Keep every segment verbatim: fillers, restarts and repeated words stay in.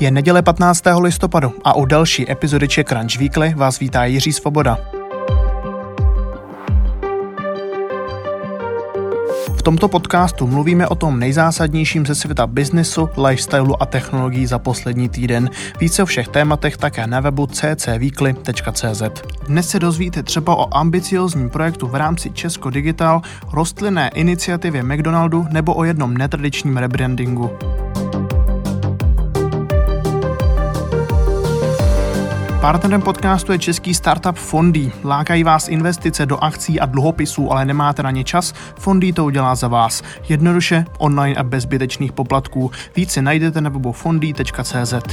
Je neděle patnáctého listopadu a u další epizody Czech Crunch Weekly vás vítá Jiří Svoboda. V tomto podcastu mluvíme o tom nejzásadnějším ze světa biznesu, lifestylu a technologií za poslední týden. Více o všech tématech také na webu c c weekly tečka c z. Dnes se dozvíte třeba o ambiciózním projektu v rámci Česko Digital, rostlinné iniciativě McDonaldu nebo o jednom netradičním rebrandingu. Partnerem podcastu je český startup Fondy. Lákají vás investice do akcí a dluhopisů, ale nemáte na ně čas? Fondy to udělá za vás. Jednoduše, online a bez zbytečných poplatků. Více najdete na webu fondy tečka c z.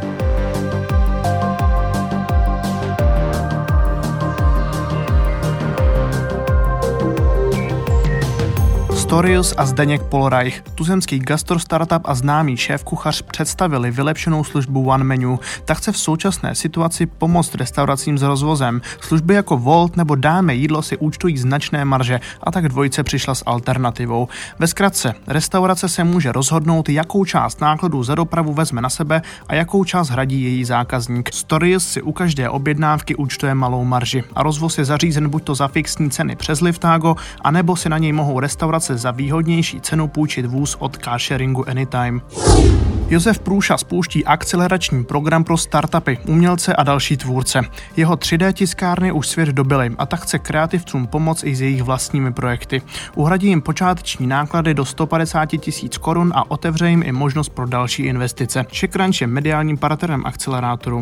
Storius a Zdeněk Polreich, tuzemský gastro startup a známý šéfkuchař, představili vylepšenou službu One Menu. Ta chce v současné situaci pomoct restauracím s rozvozem. Služby jako Volt nebo Dáme jídlo si účtují značné marže a tak dvojice přišla s alternativou. Ve zkratce, restaurace se může rozhodnout, jakou část nákladů za dopravu vezme na sebe a jakou část hradí její zákazník. Storius si u každé objednávky účtuje malou marži a rozvoz je zařízen buď to za fixní ceny přes Liftago, anebo si na něj mohou restaurace za výhodnější cenu půjčit vůz od carsharingu Anytime. Josef Průša spouští akcelerační program pro startupy, umělce a další tvůrce. Jeho tři dé tiskárny už svět dobyly a tak chce kreativcům pomoct i s jejich vlastními projekty. Uhradí jim počáteční náklady do sto padesát tisíc korun a otevře jim i možnost pro další investice. Czech Crunch je mediálním partnerem akcelerátoru.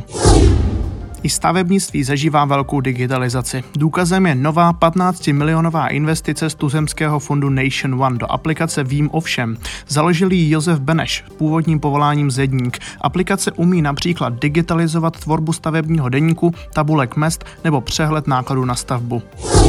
I stavebnictví zažívá velkou digitalizaci. Důkazem je nová patnáctimilionová investice z tuzemského fondu Nation One do aplikace Vím o všem. Založil ji Josef Beneš, původním povoláním zedník. Aplikace umí například digitalizovat tvorbu stavebního deníku, tabulek mezd nebo přehled nákladů na stavbu.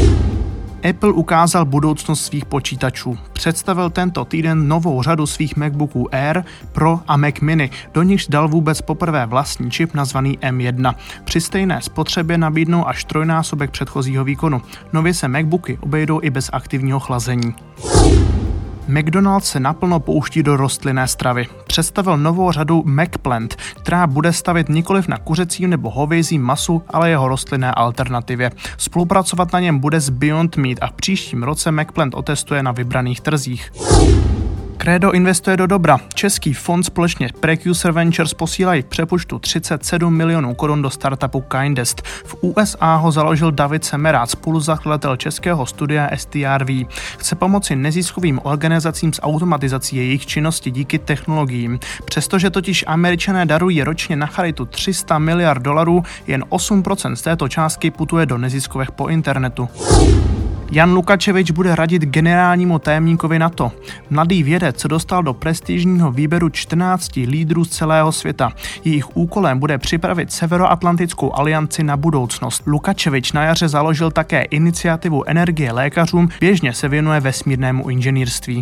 Apple ukázal budoucnost svých počítačů. Představil tento týden novou řadu svých MacBooků Air, Pro a Mac Mini, do nichž dal vůbec poprvé vlastní čip nazvaný M jedna. Při stejné spotřebě nabídnou až trojnásobek předchozího výkonu. Nově se MacBooky obejdou i bez aktivního chlazení. McDonald's se naplno pouští do rostlinné stravy. Představil novou řadu McPlant, která bude stavit nikoliv na kuřecím nebo hovězím masu, ale jeho rostlinné alternativě. Spolupracovat na něm bude s Beyond Meat a v příštím roce McPlant otestuje na vybraných trzích. Credo investuje do dobra. Český fond společně Precursor Ventures posílají v přepočtu třicet sedm milionů korun do startupu Kindest. V U S A ho založil David Semerád, spoluzakladatel českého studia S T R V. Chce pomoci neziskovým organizacím s automatizací jejich činnosti díky technologiím. Přestože totiž Američané darují ročně na charitu tři sta miliard dolarů, jen osm procent z této částky putuje do neziskovek po internetu. Jan Lukačevič bude radit generálnímu tajemníkovi NATO. Mladý vědec se dostal do prestižního výběru čtrnácti lídrů z celého světa. Jejich úkolem bude připravit Severoatlantickou alianci na budoucnost. Lukačevič na jaře založil také iniciativu Energie lékařům, běžně se věnuje vesmírnému inženýrství.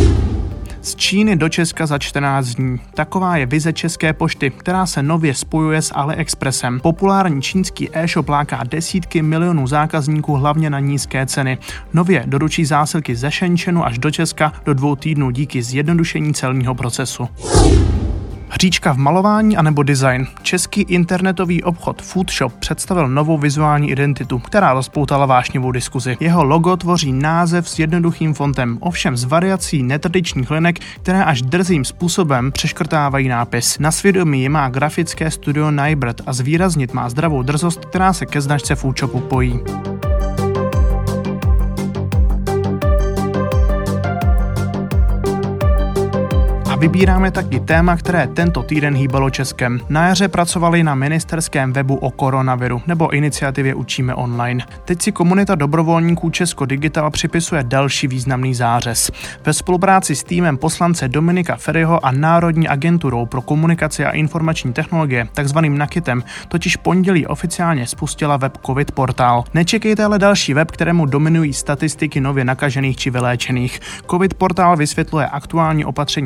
Z Číny do Česka za čtrnáct dní. Taková je vize České pošty, která se nově spojuje s AliExpressem. Populární čínský e-shop láká desítky milionů zákazníků hlavně na nízké ceny. Nově doručí zásilky ze Shenzhenu až do Česka do dvou týdnů díky zjednodušení celního procesu. Hříčka v malování anebo design. Český internetový obchod Foodshop představil novou vizuální identitu, která rozpoutala vášnivou diskuzi. Jeho logo tvoří název s jednoduchým fontem, ovšem s variací netradičních linek, které až drzým způsobem přeškrtávají nápis. Na svědomí je má grafické studio Nybird a zvýraznit má zdravou drzost, která se ke značce Foodshopu pojí. Vybíráme taky téma, které tento týden hýbalo Českem. Na jaře pracovali na ministerském webu o koronaviru nebo iniciativě Učíme online. Teď si komunita dobrovolníků Česko Digital připisuje další významný zářez. Ve spolupráci s týmem poslance Dominika Feriho a Národní agenturou pro komunikaci a informační technologie, takzvaným NAKITem, totiž pondělí oficiálně spustila web COVID portál. Nečekejte ale další web, kterému dominují statistiky nově nakažených či vyléčených. COVID portál vysvětluje aktuální opatření v řeči,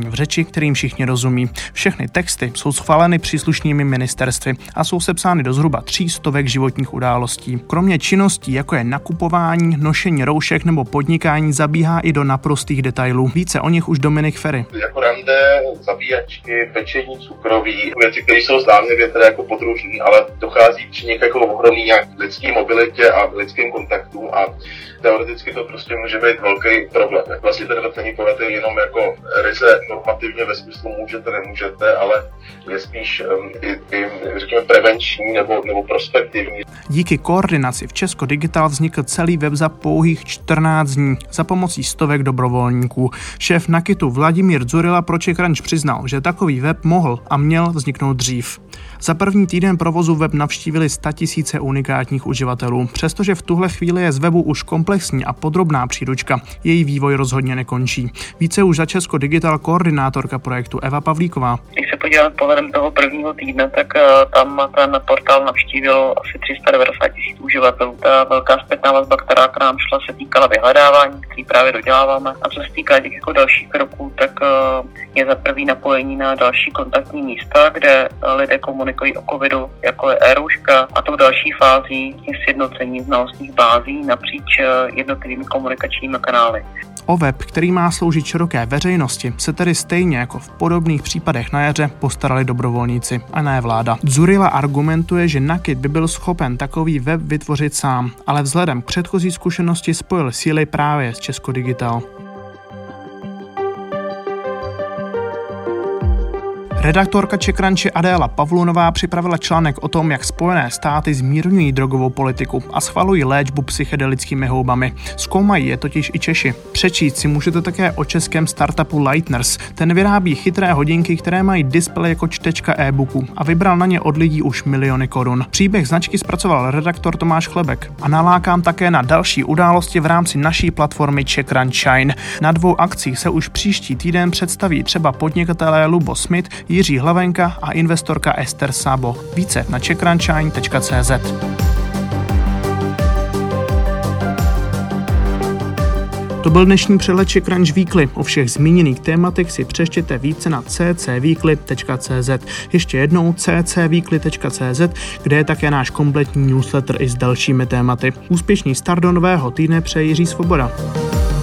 kterým všichni rozumí. Všechny texty jsou schváleny příslušnými ministerstvy a jsou sepsány do zhruba tří stovek životních událostí. Kromě činností, jako je nakupování, nošení roušek nebo podnikání, zabíhá i do naprostých detailů. Více o nich už Dominik Ferry. Jako rande, zabíjačky, pečení cukroví, věci, které jsou zdánlivě teda jako podružní, ale dochází při nich jako ohromný nějak lidský mobilitě a lidským kontaktům a teoreticky to prostě může být velký problém. Vlastně ten veřejný pohled je jenom jako ryze normativně ve smyslu můžete, nemůžete, ale je spíš um, i, i, řekněme, prevenční nebo, nebo prospektivní. Díky koordinaci v Česko Digital vznikl celý web za pouhých čtrnáct dní za pomocí stovek dobrovolníků. Šéf Nakitu Vladimír Dzurilla pro CzechCrunch přiznal, že takový web mohl a měl vzniknout dřív. Za první týden provozu web navštívili statisíce unikátních uživatelů. Přestože v tuhle chvíli je z webu už komplexní a podrobná příručka, její vývoj rozhodně nekončí. Více už za Česko Digital koordinátorka projektu Eva Pavlíková. Když se podívat pohledem toho prvního týdne, tak tam ten portál navštívilo asi tři sta devadesát tisíc uživatelů. Ta velká zpětná vazba, která k nám šla, se týkala vyhledávání, který právě doděláváme. A co se týká těch jako dalších kroků, tak je za první napojení na další kontaktní místa, kde lidé komunikují o covidu, jako je e-rouška, a tou další fází je sjednocení znalostních bází napříč jednotlivými komunikačními kanály. O web, který má sloužit široké veřejnosti, se tedy stejně jako v podobných případech na jaře postarali dobrovolníci a ne vláda. Dzurilla argumentuje, že Nakit by byl schopen takový web vytvořit sám, ale vzhledem k předchozí zkušenosti spojil síly právě s Česko Digital. Redaktorka CzechCrunche Adéla Pavlunová připravila článek o tom, jak Spojené státy zmírňují drogovou politiku a schvalují léčbu psychedelickými houbami. Zkoumají je totiž i Češi. Přečíst si můžete také o českém startupu Lightners. Ten vyrábí chytré hodinky, které mají displej jako čtečka e-booku a vybral na ně od lidí už miliony korun. Příběh značky zpracoval redaktor Tomáš Chlebek a nalákám také na další události v rámci naší platformy CzechCrunch Shine. Na dvou akcích se už příští týden představí třeba podnikatelé Lubo Smith, Jiří Hlavenka a investorka Ester Sabo. Více na czech crunch shine tečka cé zet. To byl dnešní přehled CzechCrunch Weekly. O všech zmíněných tématech si přečtěte více na c c weekly tečka cé zet. Ještě jednou c c weekly tečka cé zet, kde je také náš kompletní newsletter i s dalšími tématy. Úspěšný start do nového týdne přeje Jiří Svoboda.